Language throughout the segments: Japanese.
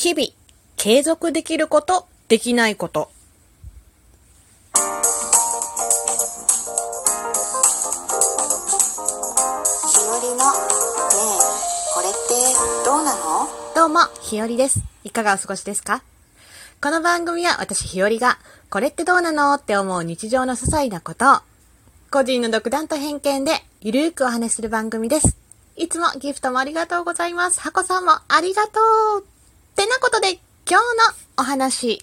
日々継続できること、できないこと。 ひよりのねえ、これってどうなの？ どうも、ひよりです。いかがお過ごしですか？この番組は私ひよりが、これってどうなのって思う日常の些細なことを、個人の独断と偏見でゆるーくお話しする番組です。いつもギフトもありがとうございます。ハコさんもありがとう。ってなことで、今日のお話。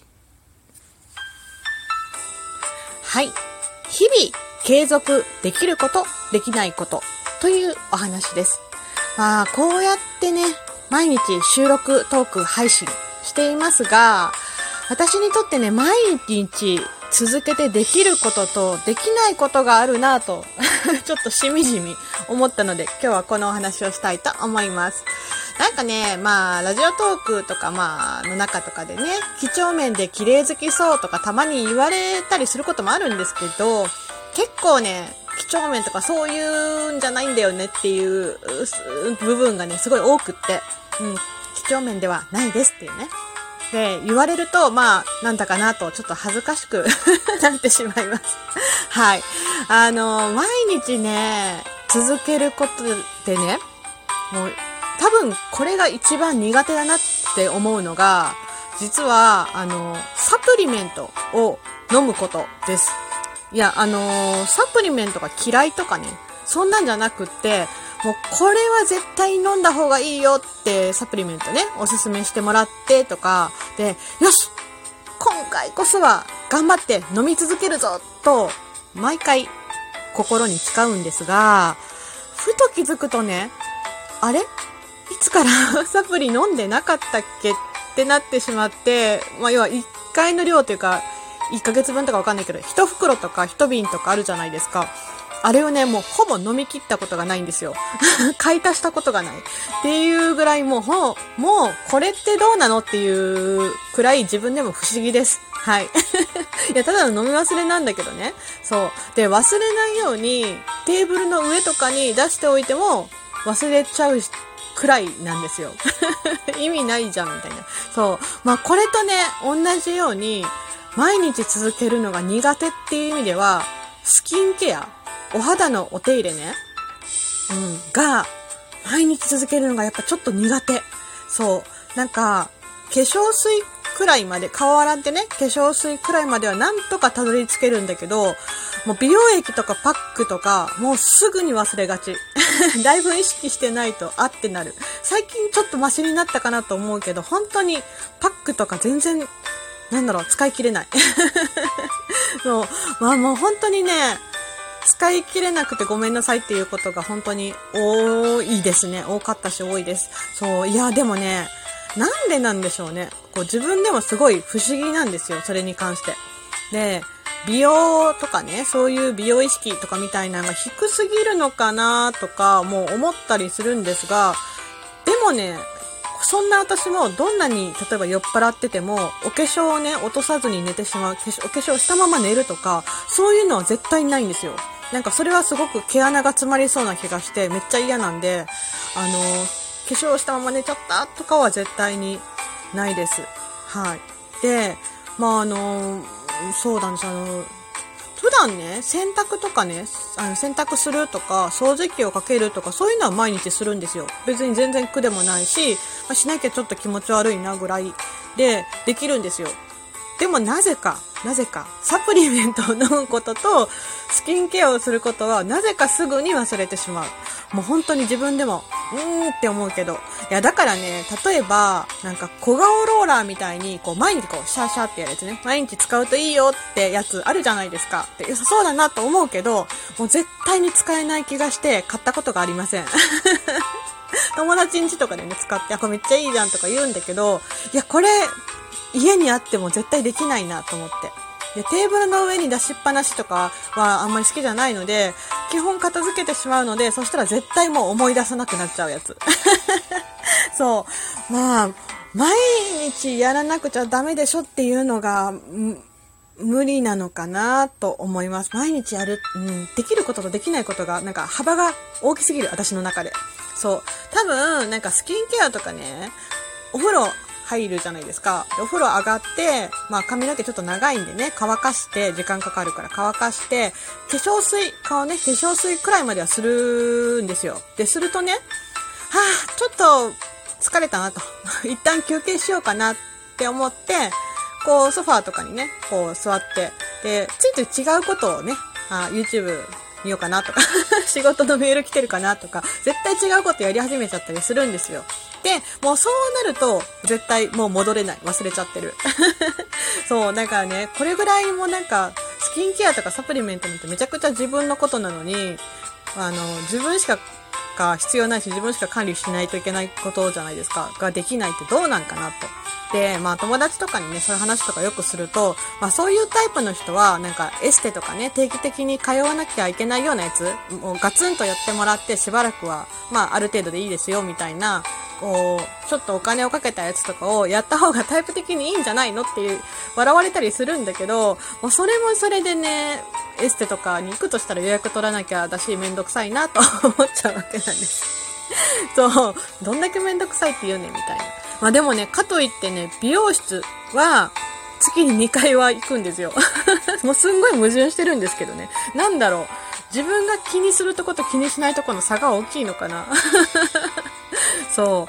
はい。日々継続できること、できないことというお話です。まあ、こうやってね、毎日収録トーク配信していますが、私にとってね、毎日続けてできることとできないことがあるなぁとちょっとしみじみ思ったので、今日はこのお話をしたいと思います。なんかね、まあラジオトークとかの中とかでね、几帳面で綺麗好きそうとかたまに言われたりすることもあるんですけど、結構ね、几帳面とかそういうんじゃないんだよねっていう部分がね、すごい多くって、几帳面ではないですっていうね。で、言われると、なんだかなと、ちょっと恥ずかしくなってしまいます。はい。毎日ね、続けることでね、もう、多分これが一番苦手だなって思うのが、実は、サプリメントを飲むことです。いや、サプリメントが嫌いとかね、そんなんじゃなくって、もうこれは絶対飲んだ方がいいよってサプリメントね、おすすめしてもらってとか、で、よし今回こそは頑張って飲み続けるぞと、毎回心に誓うんですが、ふと気づくとね、あれいつからサプリ飲んでなかったっけってなってしまって、要は1回の量というか、1ヶ月分とかわかんないけど、1袋とか1瓶とかあるじゃないですか。あれをね、もうほぼ飲み切ったことがないんですよ。買い足したことがない。っていうぐらいもうこれってどうなのっていうくらい自分でも不思議です。はい。いや、ただの飲み忘れなんだけどね。そう。で、忘れないようにテーブルの上とかに出しておいても忘れちゃうくらいなんですよ。意味ないじゃんみたいな。そう。これとね、同じように毎日続けるのが苦手っていう意味では、スキンケア。お肌のお手入れね。が、毎日続けるのがやっぱちょっと苦手。そう。なんか、化粧水くらいまで、顔洗ってね、化粧水くらいまではなんとかたどり着けるんだけど、もう美容液とかパックとか、もうすぐに忘れがち。だいぶ意識してないとあってなる。最近ちょっとマシになったかなと思うけど、本当にパックとか全然、使い切れない。そう。もう本当にね、使い切れなくてごめんなさいっていうことが本当に多いですね。多かったし多いです。そう。いや、でもね、なんでなんでしょうね。自分でもすごい不思議なんですよ。それに関して。で、美容とかね、そういう美容意識とかみたいなのが低すぎるのかなとかもう思ったりするんですが、でもね、そんな私もどんなに例えば酔っ払っててもお化粧をね落とさずに寝てしまう、お化粧したまま寝るとかそういうのは絶対ないんですよ。なんかそれはすごく毛穴が詰まりそうな気がしてめっちゃ嫌なんで、化粧したまま寝ちゃったとかは絶対にないです。はい。で、そうなんです。普段ね、洗濯とかね、洗濯するとか、掃除機をかけるとか、そういうのは毎日するんですよ。別に全然苦でもないし、しなきゃちょっと気持ち悪いなぐらいで、できるんですよ。でもなぜか、サプリメントを飲むことと、スキンケアをすることは、なぜかすぐに忘れてしまう。もう本当に自分でも、って思うけど。いや、だからね、例えば、小顔ローラーみたいに、毎日シャーシャーってやるやつね。毎日使うといいよってやつあるじゃないですか。で、良さそうだなと思うけど、もう絶対に使えない気がして、買ったことがありません。友達ん家とかでね、使って、これめっちゃいいじゃんとか言うんだけど、いや、これ、家にあっても絶対できないなと思って。で、テーブルの上に出しっぱなしとかはあんまり好きじゃないので、基本片付けてしまうので、そしたら絶対もう思い出さなくなっちゃうやつ。そう。毎日やらなくちゃダメでしょっていうのが、無理なのかなと思います。毎日やる、できることとできないことが、幅が大きすぎる、私の中で。そう。多分、スキンケアとかね、お風呂入るじゃないですか。でお風呂上がって、髪の毛ちょっと長いんでね、乾かして、時間かかるから乾かして、化粧水くらいまではするんですよ。で、するとね、ちょっと疲れたなと。一旦休憩しようかなって思って、こう、ソファーとかにね、こう座って、で、ついつい違うことをね、YouTube 見ようかなとか、仕事のメール来てるかなとか、絶対違うことやり始めちゃったりするんですよ。で、もうそうなると、絶対もう戻れない。忘れちゃってる。そう、だからね、これぐらいもなんか、スキンケアとかサプリメントなんてめちゃくちゃ自分のことなのに、自分しか必要ないし、自分しか管理しないといけないことじゃないですか。ができないってどうなんかなと。で、友達とかにね、そういう話とかよくすると、そういうタイプの人は、なんかエステとかね、定期的に通わなきゃいけないようなやつ、もうガツンとやってもらってしばらくは、ある程度でいいですよ、みたいな、こう、ちょっとお金をかけたやつとかをやった方がタイプ的にいいんじゃないのっていう、笑われたりするんだけど、もうそれもそれでね、エステとかに行くとしたら予約取らなきゃだし、めんどくさいなと思っちゃうわけなんです。そう、どんだけめんどくさいって言うねんみたいな。でもね、かといってね、美容室は月に2回は行くんですよ。もうすんごい矛盾してるんですけどね。なんだろう。自分が気にするとこと気にしないとこの差が大きいのかな。そう。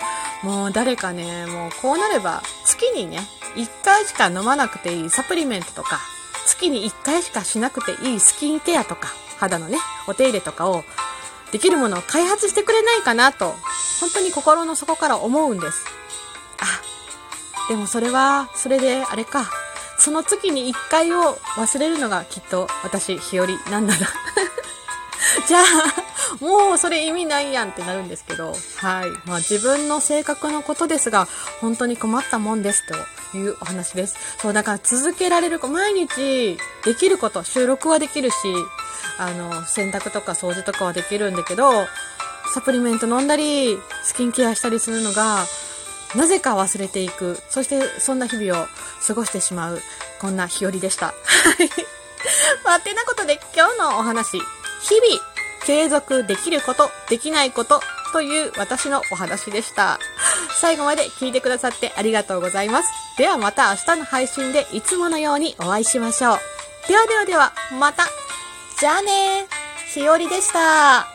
もう誰かね、もうこうなれば月にね、1回しか飲まなくていいサプリメントとか、月に1回しかしなくていいスキンケアとか、肌のね、お手入れとかをできるものを開発してくれないかなと、本当に心の底から思うんです。でもそれは、それであれか。その月に1回を忘れるのがきっと私、日和なんだな。じゃあ、もうそれ意味ないやんってなるんですけど、はい。自分の性格のことですが、本当に困ったもんですというお話です。そう、だから続けられる、毎日できること、収録はできるし、洗濯とか掃除とかはできるんだけど、サプリメント飲んだり、スキンケアしたりするのが、なぜか忘れていく。そしてそんな日々を過ごしてしまう。こんな日和でした。はい。てなことで今日のお話。日々継続できること、できないことという私のお話でした。最後まで聞いてくださってありがとうございます。ではまた明日の配信でいつものようにお会いしましょう。では、また。じゃあねー。日和でした。